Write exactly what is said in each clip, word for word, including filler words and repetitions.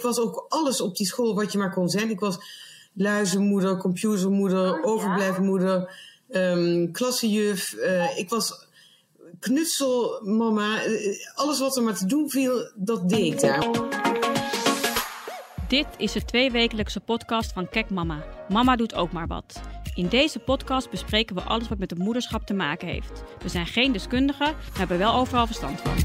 Ik was ook alles op die school wat je maar kon zijn. Ik was luizenmoeder, computermoeder, oh, overblijfmoeder, um, klassenjuf. Uh, ik was knutselmama. Uh, alles wat er maar te doen viel, dat deed ik daar. Dit is de tweewekelijkse podcast van Kek Mama. Mama doet ook maar wat. In deze podcast bespreken we alles wat met het moederschap te maken heeft. We zijn geen deskundigen, maar hebben wel overal verstand van.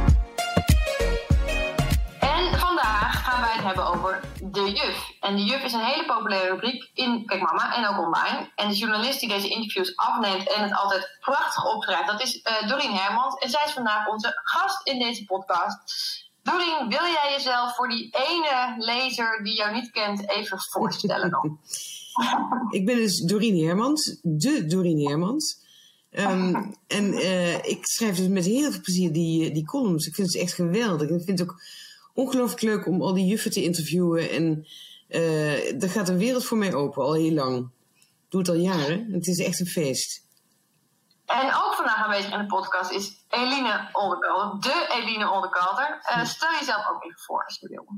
En vandaag gaan wij het hebben over de juf. En de juf is een hele populaire rubriek in Kek Mama en ook online. En de journalist die deze interviews afneemt en het altijd prachtig opschrijft, dat is uh, Dorien Hermans. En zij is vandaag onze gast in deze podcast. Dorien, wil jij jezelf voor die ene lezer die jou niet kent even voorstellen dan? Ik ben dus Dorien Hermans, de Dorien Hermans. Um, en uh, ik schrijf dus met heel veel plezier die, die columns. Ik vind het echt geweldig. Ik vind het ook ongelooflijk leuk om al die juffen te interviewen. En uh, er gaat een wereld voor mij open, al heel lang. Ik doe het al jaren. Het is echt een feest. En ook vandaag aanwezig in de podcast is Eline Oldekalter, de Eline Oldekalter. Uh, stel jezelf ook even voor, als je wil.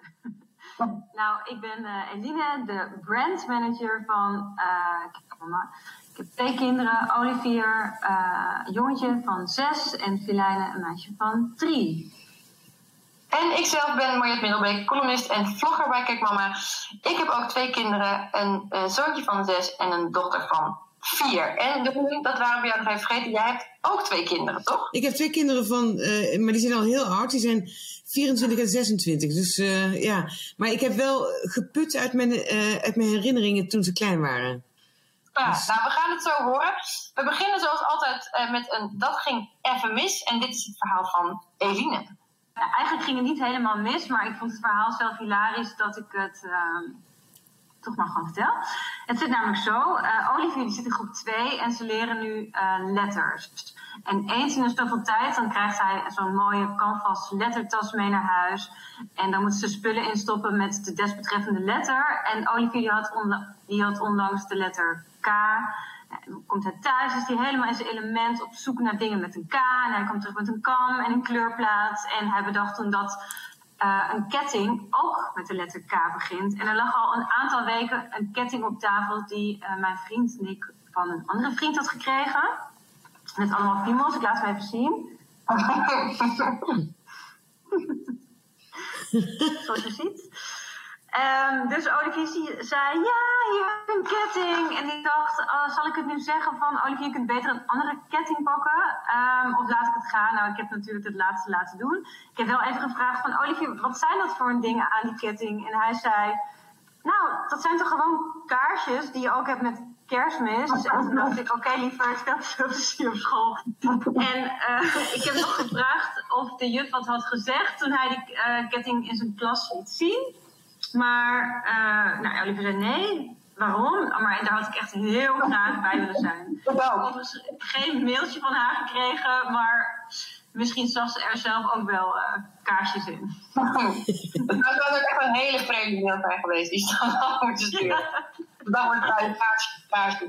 Nou, ik ben uh, Eline, de brandmanager van uh, Kek Mama. Ik heb twee kinderen, Olivier, uh, een jongetje van zes en Filijne, een meisje van drie. En ikzelf ben Mariette Middelbeek, columnist en vlogger bij Kek Mama. Ik heb ook twee kinderen, een uh, zoontje van zes en een dochter van vier. En de, dat waren we jou nog even vergeten, jij hebt ook twee kinderen, toch? Ik heb twee kinderen van, uh, maar die zijn al heel oud, die zijn vierentwintig en zesentwintig. Dus uh, ja, maar ik heb wel geput uit mijn, uh, uit mijn herinneringen toen ze klein waren. Ja, dus... nou, we gaan het zo horen. We beginnen zoals altijd uh, met een dat ging even mis. En dit is het verhaal van Eline. Ja, eigenlijk ging het niet helemaal mis, maar ik vond het verhaal zelf hilarisch dat ik het uh, toch maar gewoon vertel. Het zit namelijk zo, uh, Olivier die zit in groep twee en ze leren nu uh, letters. En eens in een zoveel tijd, dan krijgt hij zo'n mooie canvas lettertas mee naar huis. En dan moeten ze spullen instoppen met de desbetreffende letter. En Olivier die had, onla- die had onlangs de letter K. Dan komt hij thuis, is hij helemaal in zijn element op zoek naar dingen met een K. En hij komt terug met een kam en een kleurplaat. En hij bedacht toen dat uh, een ketting ook met de letter K begint. En er lag al een aantal weken een ketting op tafel die uh, mijn vriend en ik van een andere vriend had gekregen. Met allemaal piemels, ik laat het even zien. Zoals je ziet. Um, dus Olivier zei, ja, hier heb ik een ketting. En ik dacht, uh, zal ik het nu zeggen van, Olivier, je kunt beter een andere ketting pakken? Um, of laat ik het gaan? Nou, ik heb natuurlijk het laatste laten doen. Ik heb wel even gevraagd van, Olivier, wat zijn dat voor dingen aan die ketting? En hij zei, nou, dat zijn toch gewoon kaarsjes die je ook hebt met Kerstmis. En toen dacht ik, oké, okay, liever, stel veel plezier op school. En uh, ik heb nog gevraagd of de juf wat had gezegd toen hij die uh, ketting in zijn klas liet zien. Maar, uh, nou, Olivier zei nee. Waarom? Maar daar had ik echt heel graag bij willen zijn. Ik heb overigens geen mailtje van haar gekregen, maar misschien zag ze er zelf ook wel uh, kaarsjes in. Dat was ook echt een hele vreemde mail zijn geweest. Die is dan al moeten sturen. Dan wordt het bij een kaarsje.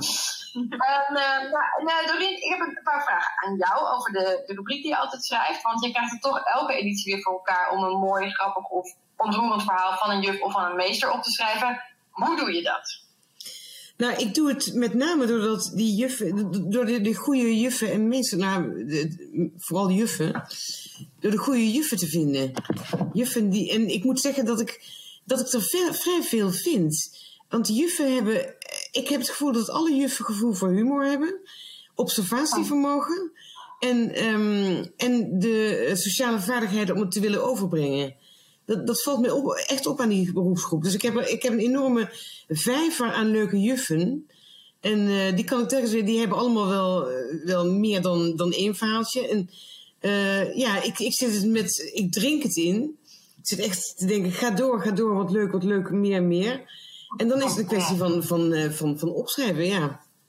En, uh, nou, nou, Dorien, ik heb een paar vragen aan jou over de, de rubriek die je altijd schrijft. Want je krijgt het toch elke editie weer voor elkaar om een mooi, grappig of ontroerend verhaal van een juf of van een meester op te schrijven. Hoe doe je dat? Nou, ik doe het met name doordat die juffen, door de, de goede juffen en meesters, nou, de, vooral de juffen, door de goede juffen te vinden. Juffen die, en ik moet zeggen dat ik, dat ik er veel, vrij veel vind. Want de juffen hebben, ik heb het gevoel dat alle juffen gevoel voor humor hebben, observatievermogen en, um, en de sociale vaardigheden om het te willen overbrengen. Dat, dat valt mij op, echt op aan die beroepsgroep. Dus ik heb, ik heb een enorme vijver aan leuke juffen. En uh, die kan ik telkens weer, die hebben allemaal wel, uh, wel meer dan, dan één verhaaltje. En uh, ja, ik, ik zit het met, ik drink het in. Ik zit echt te denken, ga door, ga door, wat leuk, wat leuk, meer, meer. En dan is het een kwestie van, van, uh, van, van opschrijven, ja.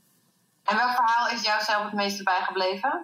En welk verhaal is jou zelf het meeste bijgebleven?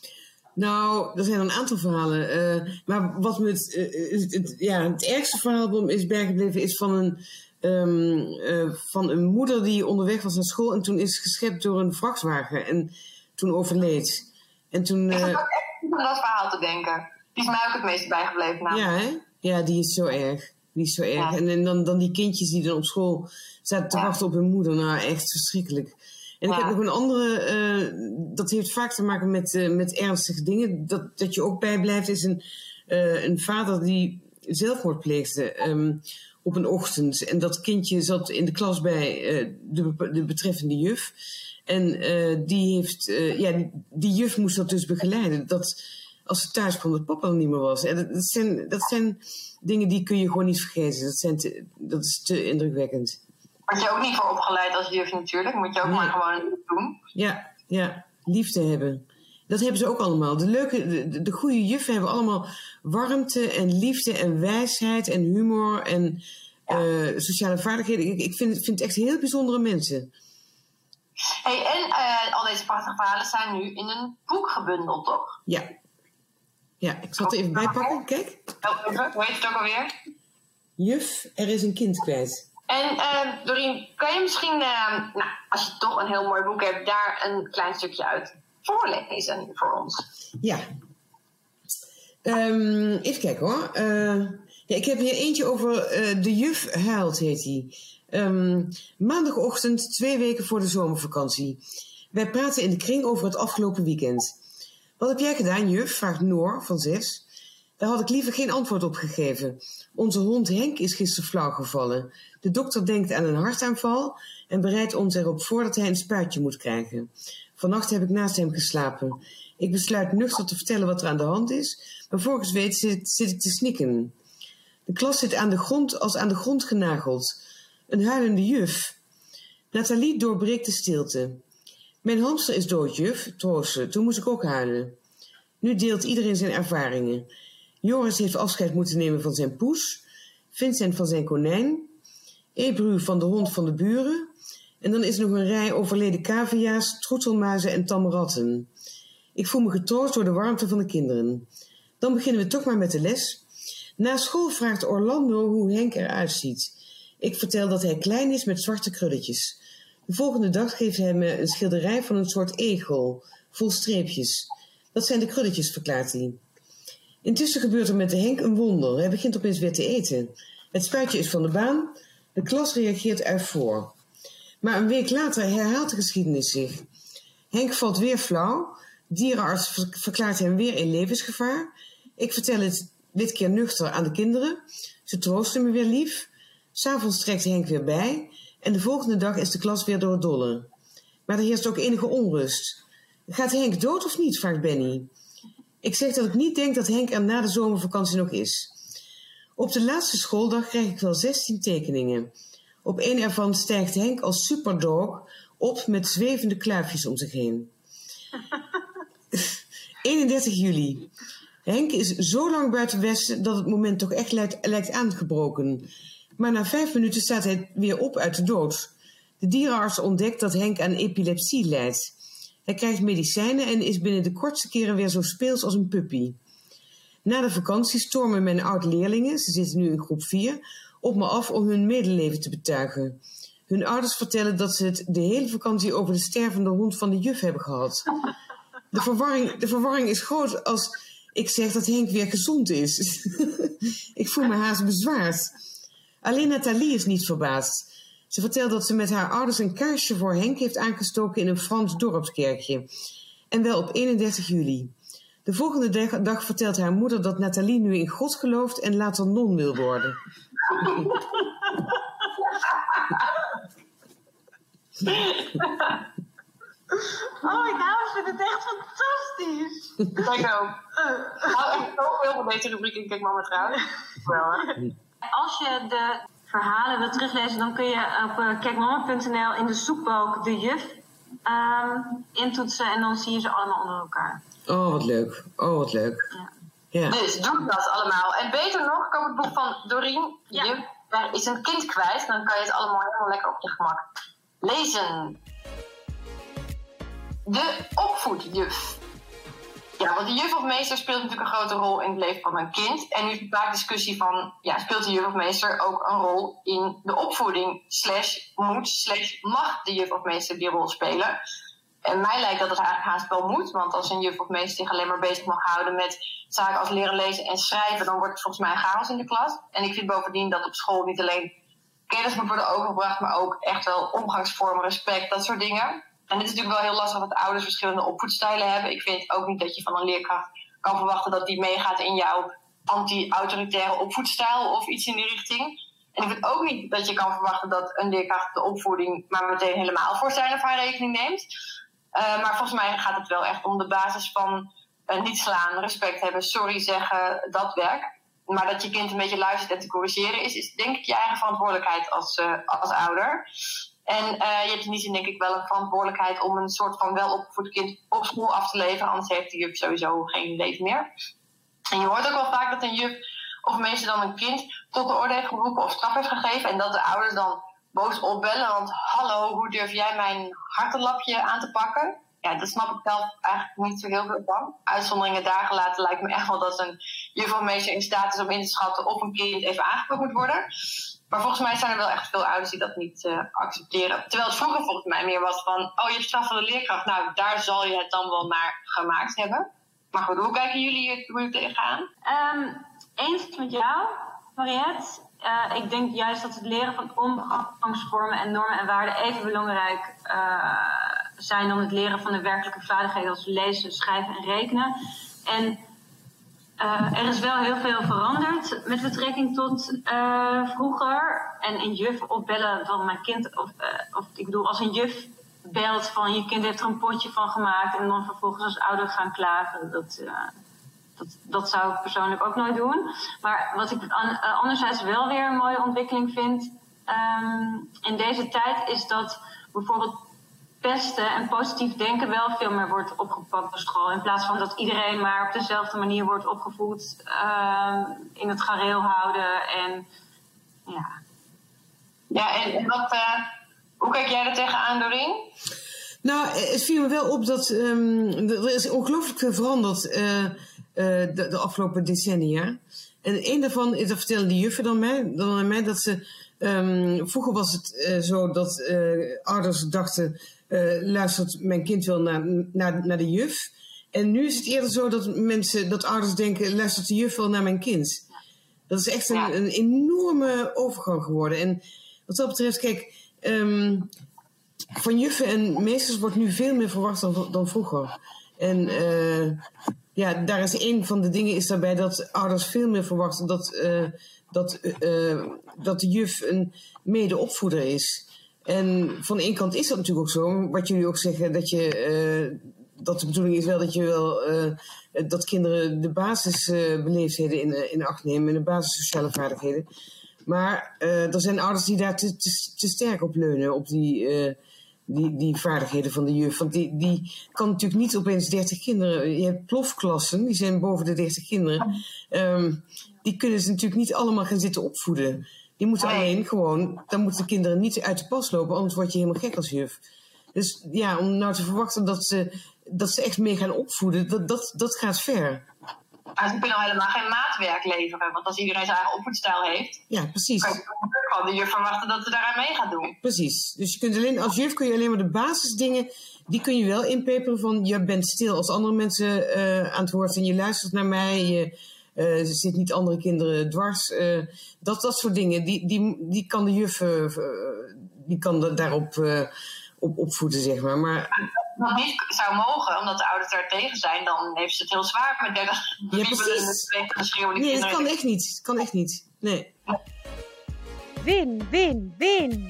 Nou, er zijn een aantal verhalen. Uh, maar wat me het, uh, het, het, ja, het ergste verhaal is bijgebleven is van een, um, uh, van een moeder die onderweg was naar school en toen is geschept door een vrachtwagen en toen overleed. En toen, uh, ik zat ook echt om dat verhaal te denken. Die is mij ook het meest bijgebleven. Namelijk. Ja, hè? Ja, die is zo erg. Niet zo erg. Ja. En, en dan, dan die kindjes die dan op school zaten te Ja. wachten op hun moeder. Nou, echt verschrikkelijk. En ik Ja. heb nog een andere, uh, dat heeft vaak te maken met, uh, met ernstige dingen. Dat, dat je ook bijblijft is een, uh, een vader die zelfmoord pleegde um, op een ochtend. En dat kindje zat in de klas bij uh, de, de betreffende juf. En uh, die heeft, uh, ja, die, die juf moest dat dus begeleiden. Dat als ze thuis kwam, dat papa er niet meer was. En dat, dat, zijn, dat zijn dingen die kun je gewoon niet vergeten. Dat, zijn te, dat is te indrukwekkend. Word je ook niet voor opgeleid als juf natuurlijk. Moet je ook Nee. maar gewoon doen. Ja, ja, liefde hebben. Dat hebben ze ook allemaal. De leuke, de, de, de goede juffen hebben allemaal warmte en liefde en wijsheid en humor en uh, sociale vaardigheden. Ik, ik vind, vind het echt heel bijzondere mensen. Hey, en uh, al deze prachtige verhalen zijn nu in een boek gebundeld, toch? Ja. Ja, ik zal het er even bij pakken. Kijk. Oh, even. Hoe heet het ook alweer? Juf, er is een kind kwijt. En uh, Dorien, kan je misschien, uh, nou, als je toch een heel mooi boek hebt, daar een klein stukje uit voorlezen voor ons? Ja. Um, even kijken hoor. Uh, ja, ik heb hier eentje over uh, De Juf Huilt, heet die. Um, maandagochtend, twee weken voor de zomervakantie. Wij praten in de kring over het afgelopen weekend. Wat heb jij gedaan, juf? Vraagt Noor van zes. Daar had ik liever geen antwoord op gegeven. Onze hond Henk is gisteren flauw gevallen. De dokter denkt aan een hartaanval en bereidt ons erop voor dat hij een spuitje moet krijgen. Vannacht heb ik naast hem geslapen. Ik besluit nuchter te vertellen wat er aan de hand is, maar volgens weet zit, zit ik te snikken. De klas zit aan de grond als aan de grond genageld. Een huilende juf. Nathalie doorbreekt de stilte. Mijn hamster is dood, juf, troosten. Toen moest ik ook huilen. Nu deelt iedereen zijn ervaringen. Joris heeft afscheid moeten nemen van zijn poes. Vincent van zijn konijn. Ebru van de hond van de buren. En dan is er nog een rij overleden cavia's, troetelmuizen en tamme ratten. Ik voel me getroost door de warmte van de kinderen. Dan beginnen we toch maar met de les. Na school vraagt Orlando hoe Henk eruit ziet. Ik vertel dat hij klein is met zwarte krulletjes. De volgende dag geeft hij me een schilderij van een soort egel, vol streepjes. Dat zijn de krulletjes, verklaart hij. Intussen gebeurt er met de Henk een wonder. Hij begint opeens weer te eten. Het spuitje is van de baan. De klas reageert ervoor. Maar een week later herhaalt de geschiedenis zich. Henk valt weer flauw. Dierenarts verklaart hem weer in levensgevaar. Ik vertel het dit keer nuchter aan de kinderen. Ze troosten me weer lief. 'S Avonds trekt Henk weer bij. En de volgende dag is de klas weer door het dolle. Maar er heerst ook enige onrust. Gaat Henk dood of niet, vraagt Benny. Ik zeg dat ik niet denk dat Henk er na de zomervakantie nog is. Op de laatste schooldag krijg ik wel zestien tekeningen. Op één ervan stijgt Henk als superdog op met zwevende kluifjes om zich heen. eenendertig juli. Henk is zo lang buiten Westen dat het moment toch echt lijkt, lijkt aangebroken. Maar na vijf minuten staat hij weer op uit de dood. De dierenarts ontdekt dat Henk aan epilepsie lijdt. Hij krijgt medicijnen en is binnen de kortste keren weer zo speels als een puppy. Na de vakantie stormen mijn oud-leerlingen, ze zitten nu in groep vier, op me af om hun medeleven te betuigen. Hun ouders vertellen dat ze het de hele vakantie over de stervende hond van de juf hebben gehad. De verwarring, de verwarring is groot als ik zeg dat Henk weer gezond is. Ik voel me haast bezwaard. Alleen Nathalie is niet verbaasd. Ze vertelt dat ze met haar ouders een kaarsje voor Henk heeft aangestoken in een Frans dorpskerkje. En wel op eenendertig juli. De volgende dag, dag vertelt haar moeder dat Nathalie nu in God gelooft en later non wil worden. Oh, ik hou, ik vind het echt fantastisch. Kijk ook. Ik hou echt zoveel van deze rubriek in Kijk Mama trouwens. Wel, hè? Als je de verhalen wilt teruglezen, dan kun je op uh, kijkmama punt n l in de zoekbalk de juf um, intoetsen en dan zie je ze allemaal onder elkaar. Oh, wat leuk. Oh, wat leuk. Ja. Ja. Dus doe dat allemaal. En beter nog, koop het boek van Dorien. Ja. Juf, er is een kind kwijt. Dan kan je het allemaal helemaal lekker op je gemak lezen. De opvoedjuf. Ja, want de juf of meester speelt natuurlijk een grote rol in het leven van een kind. En nu is er vaak discussie van, ja, speelt de juf of meester ook een rol in de opvoeding? Slash moet, slash mag de juf of meester die rol spelen? En mij lijkt dat het eigenlijk haast wel moet. Want als een juf of meester zich alleen maar bezig mag houden met zaken als leren lezen en schrijven, dan wordt het volgens mij chaos in de klas. En ik vind bovendien dat op school niet alleen kennis moet worden overgebracht, maar ook echt wel omgangsvormen, respect, dat soort dingen. En dit is natuurlijk wel heel lastig dat ouders verschillende opvoedstijlen hebben. Ik vind ook niet dat je van een leerkracht kan verwachten dat die meegaat in jouw anti-autoritaire opvoedstijl of iets in die richting. En ik vind ook niet dat je kan verwachten dat een leerkracht de opvoeding maar meteen helemaal voor zijn of haar rekening neemt. Uh, maar volgens mij gaat het wel echt om de basis van uh, niet slaan, respect hebben, sorry zeggen, dat werk. Maar dat je kind een beetje luistert en te corrigeren is, is denk ik je eigen verantwoordelijkheid als, uh, als ouder. En uh, je hebt in die zin denk ik wel een verantwoordelijkheid om een soort van welopgevoed kind op school af te leveren. Anders heeft de juf sowieso geen leven meer. En je hoort ook wel vaak dat een juf of meester dan een kind tot de orde heeft geroepen of straf heeft gegeven. En dat de ouders dan boos opbellen. Want hallo, hoe durf jij mijn hartenlapje aan te pakken? Ja, dat snap ik zelf eigenlijk niet zo heel veel van. Uitzonderingen daar gelaten lijkt me echt wel dat een juf of meester in staat is om in te schatten of een kind even aangepakt moet worden. Maar volgens mij zijn er wel echt veel ouders die dat niet uh, accepteren. Terwijl het vroeger volgens mij meer was van, oh je hebt straf van de leerkracht. Nou, daar zal je het dan wel naar gemaakt hebben. Maar goed, hoe kijken jullie er tegenaan? Um, eens met jou, Mariette. Uh, ik denk juist dat het leren van omgangsvormen en normen en waarden even belangrijk uh, zijn dan het leren van de werkelijke vaardigheden als lezen, schrijven en rekenen. En uh, er is wel heel veel veranderd met betrekking tot uh, vroeger. En een juf opbellen van mijn kind, of, uh, of ik bedoel als een juf belt van je kind heeft er een potje van gemaakt en dan vervolgens als ouder gaan klagen, dat... Uh, Dat, dat zou ik persoonlijk ook nooit doen. Maar wat ik an, anderzijds wel weer een mooie ontwikkeling vind um, in deze tijd is dat bijvoorbeeld pesten en positief denken wel veel meer wordt opgepakt op school. In plaats van dat iedereen maar op dezelfde manier wordt opgevoed, uh, in het gareel houden en ja. Ja, en, en wat, uh, hoe kijk jij er tegenaan, Doreen? Nou, het viel me wel op dat um, er is ongelooflijk veel veranderd uh, uh, de, de afgelopen decennia. En een daarvan, dat vertellen die juffen dan mij, dan aan mij dat ze... Um, vroeger was het uh, zo dat uh, ouders dachten, uh, luistert mijn kind wel naar, naar, naar de juf. En nu is het eerder zo dat mensen, dat ouders denken, luistert de juf wel naar mijn kind. Dat is echt een, ja. een enorme overgang geworden. En wat dat betreft, kijk... Um, van juffen en meesters wordt nu veel meer verwacht dan, dan vroeger. En uh, ja, daar is een van de dingen is daarbij dat ouders veel meer verwachten dat, uh, dat, uh, dat de juf een medeopvoeder is. En van de ene kant is dat natuurlijk ook zo, wat jullie ook zeggen, dat je uh, dat de bedoeling is wel dat je wel uh, dat kinderen de basisbeleefdheden uh, in, in acht nemen en de basis sociale vaardigheden. Maar uh, er zijn ouders die daar te, te, te sterk op leunen, op die, uh, die, die vaardigheden van de juf. Want die, die kan natuurlijk niet opeens dertig kinderen... Je hebt plofklassen, die zijn boven de dertig kinderen. Um, die kunnen ze natuurlijk niet allemaal gaan zitten opvoeden. Die moeten alleen gewoon... Dan moeten de kinderen niet uit de pas lopen, anders word je helemaal gek als juf. Dus ja, om nou te verwachten dat ze, dat ze echt mee gaan opvoeden, dat, dat, dat gaat ver. Maar ze kunnen al helemaal geen maatwerk leveren. Want als iedereen zijn eigen opvoedstijl heeft... Ja, precies. Kan je van de juf verwachten dat ze daaraan mee gaat doen. Precies. Dus je kunt alleen, als juf kun je alleen maar de basisdingen... Die kun je wel inpeperen van... Je bent stil als andere mensen uh, aan het woord zijn. Je luistert naar mij. Je uh, zit niet andere kinderen dwars. Uh, dat, dat soort dingen. Die, die, die kan de juf... Uh, die kan de, daarop uh, op, opvoeden, zeg maar. Maar... nog niet zou mogen, omdat de ouders daar tegen zijn, dan heeft ze het heel zwaar met dertig ja, precies. Nee, dat kan echt niet. Dat kan echt niet. Nee. Win, win, win.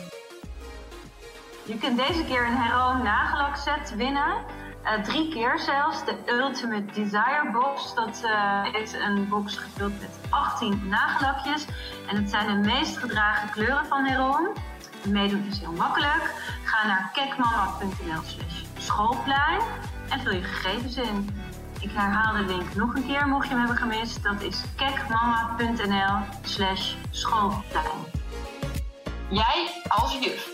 Je kunt deze keer een Hero nagelakset winnen. Uh, drie keer zelfs. De Ultimate Desire Box. Dat uh, is een box gevuld met achttien nagellakjes. En het zijn de meest gedragen kleuren van Hero. Meedoen is heel makkelijk. Ga naar kekmama.nl slash schoolplein en vul je gegevens in. Ik herhaal de link nog een keer, mocht je hem hebben gemist. Dat is kekmama.nl slash schoolplein. Jij als juf.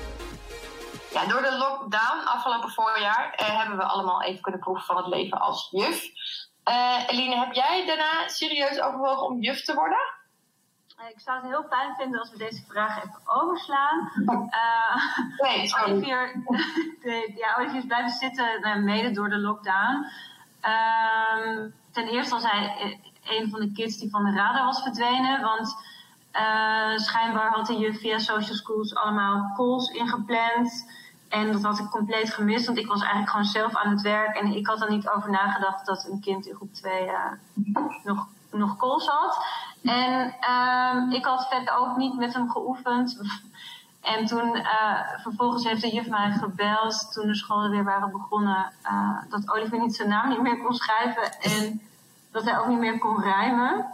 Ja, door de lockdown afgelopen voorjaar eh, hebben we allemaal even kunnen proeven van het leven als juf. Uh, Eline, heb jij daarna serieus overwogen om juf te worden? Ik zou het heel fijn vinden als we deze vraag even overslaan. Uh, nee, Olivier, de, ja, Olivier is blijven zitten, uh, mede door de lockdown. Uh, ten eerste was hij een van de kids die van de radar was verdwenen. Want uh, schijnbaar had de juf via social schools allemaal calls ingepland. En dat had ik compleet gemist, want ik was eigenlijk gewoon zelf aan het werk. En ik had er niet over nagedacht dat een kind in groep twee uh, nog, nog calls had. En uh, ik had verder ook niet met hem geoefend. En toen, uh, vervolgens heeft de juf mij gebeld toen de scholen weer waren begonnen. Uh, dat Olivier niet zijn naam niet meer kon schrijven. En dat hij ook niet meer kon rijmen.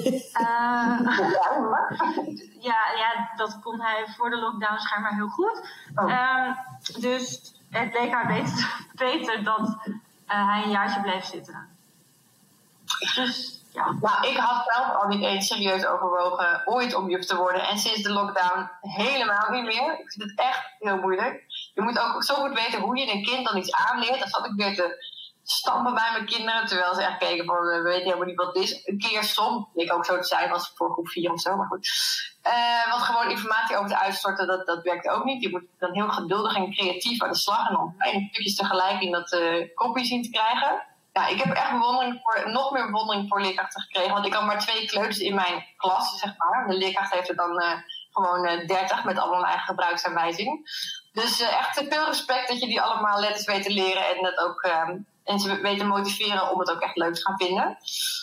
Uh, ja, ja, dat kon hij voor de lockdown schijnbaar heel goed. Oh. Uh, dus het leek haar beter, beter dat uh, hij een jaartje bleef zitten. Dus... Ja. Nou, ik had zelf al niet eens serieus overwogen ooit om juf te worden. En sinds de lockdown helemaal niet meer. Ik vind het echt heel moeilijk. Je moet ook zo goed weten hoe je een kind dan iets aanleert. Dan zat ik weer te stampen bij mijn kinderen. Terwijl ze echt keken van, we weten helemaal niet wat het is. Een keer som, ik ook zo te zijn, was voor groep vier of zo. Maar goed. Uh, want gewoon informatie over te uitstorten, dat, dat werkt ook niet. Je moet dan heel geduldig en creatief aan de slag. En dan kleine stukjes tegelijk in dat uh, kopje zien te krijgen. Ja, ik heb echt bewondering voor, nog meer bewondering voor leerkrachten gekregen. Want ik had maar twee kleuters in mijn klas, zeg maar. De leerkracht heeft er dan uh, gewoon uh, dertig met allemaal een eigen gebruiksaanwijzing. Dus uh, echt veel respect dat je die allemaal letters weet te leren. En, dat ook, um, en ze weten motiveren om het ook echt leuk te gaan vinden.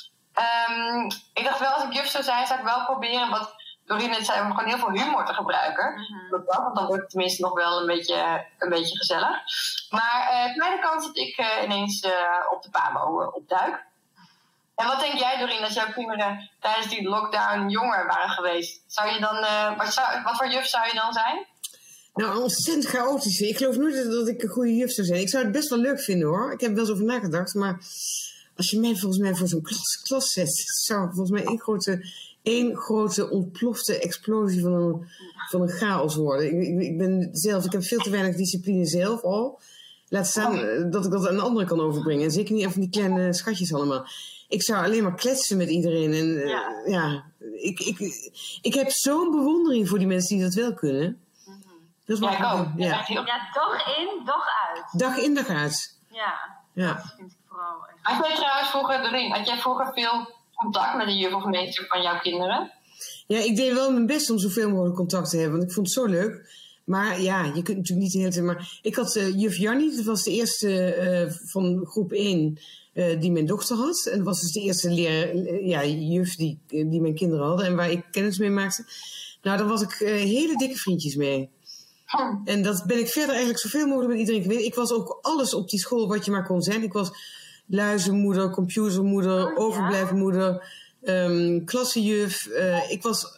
Um, ik dacht wel, als ik juf zou zijn, zou ik wel proberen wat Dorien net zei, om gewoon heel veel humor te gebruiken. Mm-hmm. Want dan wordt het tenminste nog wel een beetje, een beetje gezellig. Maar uh, kleine kans dat ik uh, ineens uh, op de Pabo uh, opduik. En wat denk jij, Dorien, als jouw kinderen tijdens die lockdown jonger waren geweest? Zou je dan, uh, wat, zou, wat voor juf zou je dan zijn? Nou, ontzettend chaotisch. Ik geloof nooit dat ik een goede juf zou zijn. Ik zou het best wel leuk vinden, hoor. Ik heb er wel eens over nagedacht. Maar als je mij volgens mij voor zo'n klas, klas zet, zou ik volgens mij één grote... één grote ontplofte explosie van een, van een chaos worden. Ik, ik, ik ben zelf, ik heb veel te weinig discipline zelf al. Laat staan oh. dat ik dat aan anderen kan overbrengen. En zeker niet even die kleine schatjes allemaal. Ik zou alleen maar kletsen met iedereen. En ja, uh, ja ik, ik, ik heb zo'n bewondering voor die mensen die dat wel kunnen. Dat is ja, ik ook. Ja. ja, dag in, dag uit. Dag in, dag uit. Ja, ja. Dat vind ik vooral echt. Had jij trouwens vroeger, Dorien, had jij vroeger veel contact met de juf of meester van jouw kinderen? Ja, ik deed wel mijn best om zoveel mogelijk contact te hebben. Want ik vond het zo leuk. Maar ja, je kunt natuurlijk niet de hele tijd... Maar ik had uh, juf Jannie, dat was de eerste uh, van groep één uh, die mijn dochter had. En dat was dus de eerste leer, uh, ja, juf die, uh, die mijn kinderen hadden. En waar ik kennis mee maakte. Nou, daar was ik uh, hele dikke vriendjes mee. Hm. En dat ben ik verder eigenlijk zoveel mogelijk met iedereen geweest. Ik was ook alles op die school wat je maar kon zijn. Ik was luizenmoeder, computermoeder, oh, overblijfmoeder, um, klassenjuf. Uh, ik was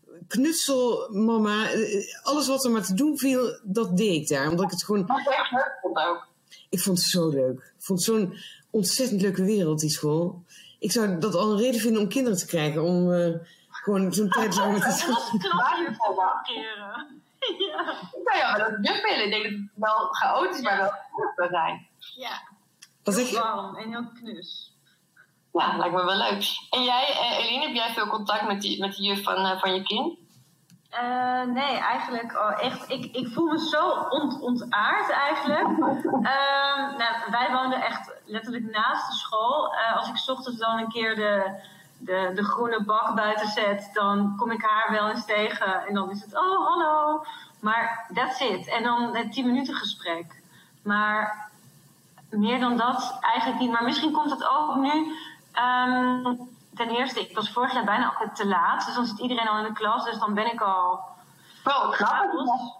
knutselmama. Uh, alles wat er maar te doen viel, dat deed ik daar. Omdat ik het gewoon... Wat echt leuk vond ook. Ik vond het zo leuk. Ik vond het zo'n ontzettend leuke wereld, die school. Ik zou dat al een reden vinden om kinderen te krijgen. Om uh, gewoon zo'n tijd lang met het... klassenjuf te markeren. Ja. Ik zou jou wel dat juf willen. Ik denk dat het wel chaotisch, maar wel goed zou zijn. Ja. Wat heel zeg je? warm en heel knus. Ja, lijkt me wel leuk. En jij, uh, Eline, heb jij veel contact met, die, met de juf van, uh, van je kind? Uh, nee, eigenlijk oh, echt. Ik, ik voel me zo ont, ontaard eigenlijk. Uh, nou, wij woonden echt letterlijk naast de school. Uh, als ik 's ochtends dan een keer de, de, de groene bak buiten zet, dan kom ik haar wel eens tegen. En dan is het, oh, hallo. Maar that's it. En dan een tien minuten gesprek. Maar meer dan dat eigenlijk niet. Maar misschien komt het ook nu... Um, ten eerste, ik was vorig jaar bijna altijd te laat. Dus dan zit iedereen al in de klas. Dus dan ben ik al... Oh, knap.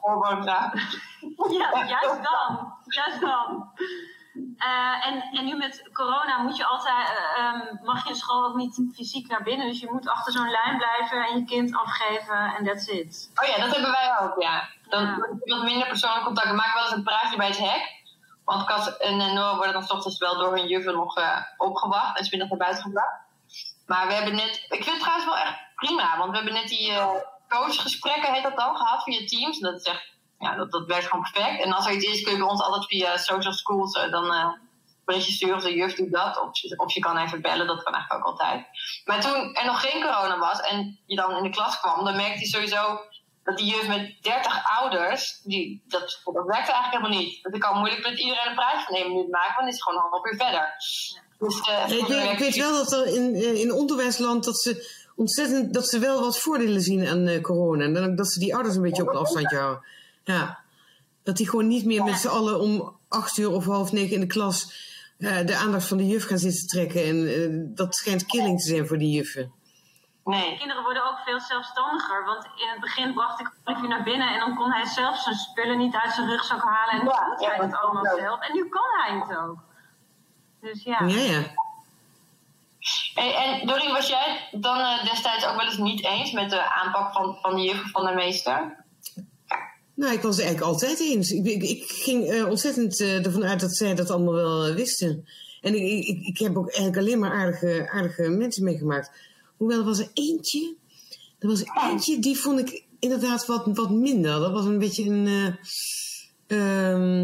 Ja, juist dan. Juist dan. Uh, en, en nu met corona moet je altijd, uh, um, mag je in school ook niet fysiek naar binnen. Dus je moet achter zo'n lijn blijven en je kind afgeven en that's it. Oh ja, dat hebben wij ook, ja. Dan ja. Heb je wat minder persoonlijk contact. Ik maak wel eens een praatje bij het hek. Want Kat en Noah worden dan 's ochtends wel door hun juffen nog uh, opgewacht en 's middags naar buiten gebracht. Maar we hebben net, ik vind het trouwens wel echt prima, want we hebben net die uh, coachgesprekken, heet dat dan, gehad via Teams. En dat is echt, ja, dat, dat werkt gewoon perfect. En als er iets is, kun je bij ons altijd via social schools uh, dan uh, berichtje sturen of de juf doet dat. Of, of je kan even bellen, dat kan eigenlijk ook altijd. Maar toen er nog geen corona was en je dan in de klas kwam, dan merkte hij sowieso dat die juf met dertig ouders, die, dat, dat werkte eigenlijk helemaal niet. Dat ik kan moeilijk met iedereen een praatje van één minuut maken, want het is gewoon een half uur verder. Dus, uh, ik, weet, ik weet wel dat er in, in onderwijsland dat ze ontzettend, dat ze wel wat voordelen zien aan uh, corona. En dat ze die ouders een beetje op een afstandje houden. Ja. Dat die gewoon niet meer met z'n allen om acht uur of half negen in de klas uh, de aandacht van de juf gaan zitten trekken. En uh, dat schijnt killing te zijn voor die juffen. Nee. Kinderen worden ook veel zelfstandiger. Want in het begin bracht ik Olivier naar binnen en dan kon hij zelf zijn spullen niet uit zijn rugzak halen. En dan Ja, doet hij ja, het dat allemaal ook. zelf. En nu kan hij het ook. Dus ja. Ja, ja. Hey, en Dorien, was jij het dan uh, destijds ook wel eens niet eens met de aanpak van, van de juf of van de meester? Nou, ik was het eigenlijk altijd eens. Ik, ik, ik ging uh, ontzettend uh, ervan uit dat zij dat allemaal wel uh, wisten. En ik, ik, ik heb ook eigenlijk alleen maar aardige, aardige mensen meegemaakt. Hoewel, er was er eentje. Er was er eentje, die vond ik inderdaad wat, wat minder. Dat was een beetje een... Uh, um,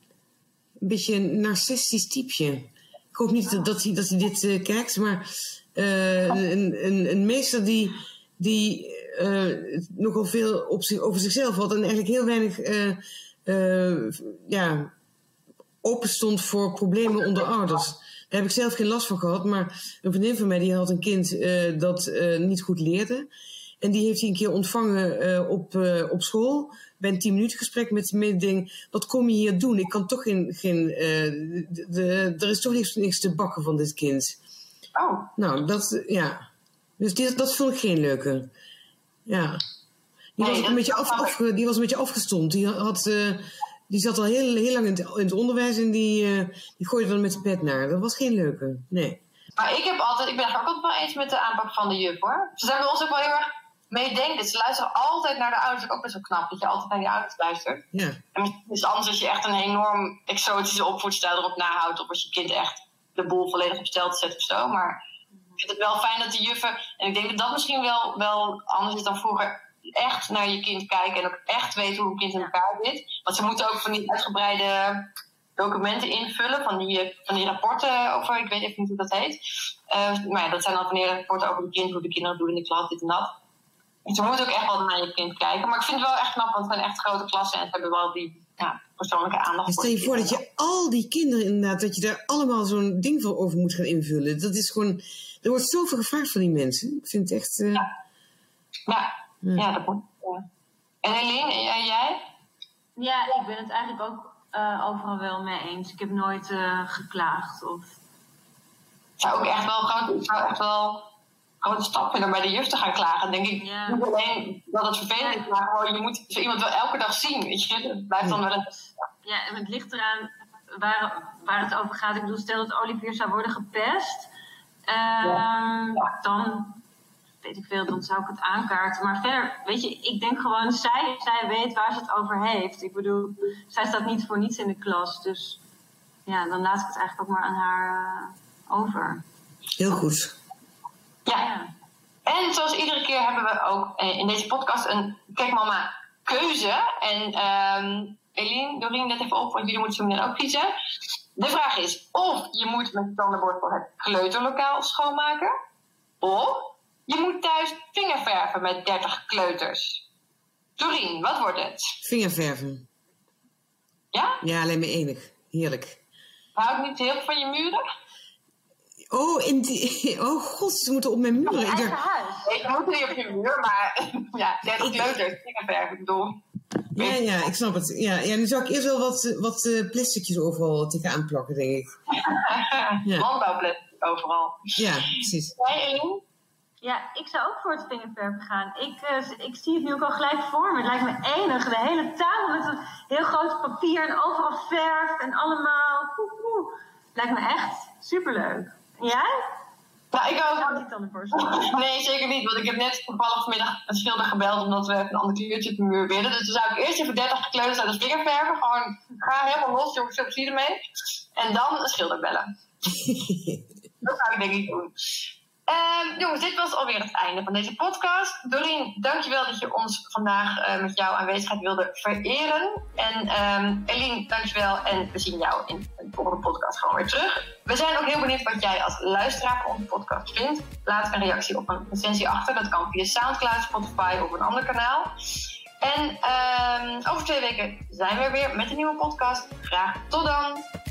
een beetje een narcistisch typeje. Ik hoop niet dat, dat, hij, dat hij dit uh, kijkt, maar... Uh, een, een, een meester die... die Uh, nogal veel op zich, over zichzelf had en eigenlijk heel weinig uh, uh, ja, open stond voor problemen onder ouders. Daar heb ik zelf geen last van gehad, maar een vriendin van mij die had een kind uh, dat uh, niet goed leerde. En die heeft hij een keer ontvangen uh, op, uh, op school bij een tien minuten gesprek met de mededeling: wat kom je hier doen? Ik kan toch geen... geen uh, de, de, er is toch niks, niks te bakken van dit kind. Oh. Nou, dat, ja. Dus die, dat vond ik geen leuke. Ja, die, nee, was een beetje af, af, die was een beetje afgestompt. Die, had, uh, die zat al heel, heel lang in het, in het onderwijs en die, uh, die gooide dan met de pet naar. Dat was geen leuke, nee. Maar ik heb altijd, ik ben het ook altijd wel eens met de aanpak van de juf, hoor. Ze zijn bij ons ook wel heel erg meedenkend. Ze luisteren altijd naar de ouders. Dat is ook best wel knap, dat je altijd naar die ouders luistert. Ja. En misschien is het anders als je echt een enorm exotische opvoedstijl erop nahoudt, of als je kind echt de boel volledig op stel te zetten of zo. Maar ik vind het wel fijn dat de juffen, en ik denk dat dat misschien wel, wel anders is dan vroeger, echt naar je kind kijken en ook echt weten hoe een kind in elkaar zit. Want ze moeten ook van die uitgebreide documenten invullen, van die, van die rapporten over, ik weet even niet hoe dat heet. Uh, maar ja, dat zijn dan van die rapporten over het kind, hoe de kinderen doen in de klas, dit en dat. Dus je moet ook echt wel naar je kind kijken. Maar ik vind het wel echt knap, want het zijn echt grote klassen en ze hebben wel die ja, persoonlijke aandacht. En stel je voor dat je al die kinderen inderdaad, dat je daar allemaal zo'n ding voor over moet gaan invullen. Dat is gewoon, er wordt zoveel gevraagd van die mensen. Ik vind het echt... Uh... Ja. Ja. Ja. ja, dat moet. Ja. En Eline, en jij? Ja, ik ben het eigenlijk ook uh, overal wel mee eens. Ik heb nooit uh, geklaagd. Of... Ik zou ook echt wel, gewoon, ik zou echt wel gewoon een stap vinden bij de juf te gaan klagen. Denk ik, ja. Niet alleen dat het vervelend is, maar gewoon, je moet zo iemand wel elke dag zien. Weet je? Het blijft dan wel een... Ja, en het ligt eraan waar, waar het over gaat. Ik bedoel, stel dat Olivier zou worden gepest. Uh, ja. Ja. Dan... weet ik veel, dan zou ik het aankaarten. Maar verder, weet je, ik denk gewoon, zij, zij weet waar ze het over heeft. Ik bedoel, zij staat niet voor niets in de klas. Dus ja, dan laat ik het eigenlijk ook maar aan haar uh, over. Heel goed. Ja. ja. En zoals iedere keer hebben we ook in deze podcast een Kijk Mama keuze. En um, Eline, Dorien, let even op, want jullie moeten zo meteen ook kiezen. De vraag is, of je moet met het tandenborstel het kleuterlokaal schoonmaken, of je moet thuis vingerverven met dertig kleuters. Dorien, wat wordt het? Vingerverven. Ja? Ja, alleen maar enig. Heerlijk. Hou ik niet heel veel van je muren? Oh, in die, oh god, ze moeten op mijn muren. Ik dacht... huis. Ik moet niet op je muur, maar ja, dertig ik... kleuters, vingerverven, ik bedoel. Ja, ja, ik snap het. Ja, ja, nu zou ik eerst wel wat, wat uh, plasticjes overal tegenaan plakken, denk ik. Ja. Landbouwplastic overal. Ja, precies. Jij, Eline? Ja, ik zou ook voor het vingerverven gaan. Ik, uh, ik zie het nu ook al gelijk voor me. Het lijkt me enig. De hele tafel met een heel groot papier en overal verf en allemaal. Poe, poe. Lijkt me echt superleuk. En jij? Nou, ik ook. Nou, niet dan de nee, zeker niet. Want ik heb net toevallig vanmiddag een schilder gebeld omdat we een ander kleurtje op de muur willen. Dus dan zou ik eerst even dertig kleuters uit de vingerverven. Gewoon, ga helemaal los, jongens, veel plezier ermee. En dan een schilder bellen. Dat zou ik denk ik doen. Um, jongens, dit was alweer het einde van deze podcast. Dorien, dankjewel dat je ons vandaag uh, met jouw aanwezigheid wilde vereren. En um, Eline, dankjewel. En we zien jou in de volgende podcast gewoon weer terug. We zijn ook heel benieuwd wat jij als luisteraar van onze podcast vindt. Laat een reactie of een recensie achter. Dat kan via Soundcloud, Spotify of een ander kanaal. En um, over twee weken zijn we weer met een nieuwe podcast. Graag tot dan!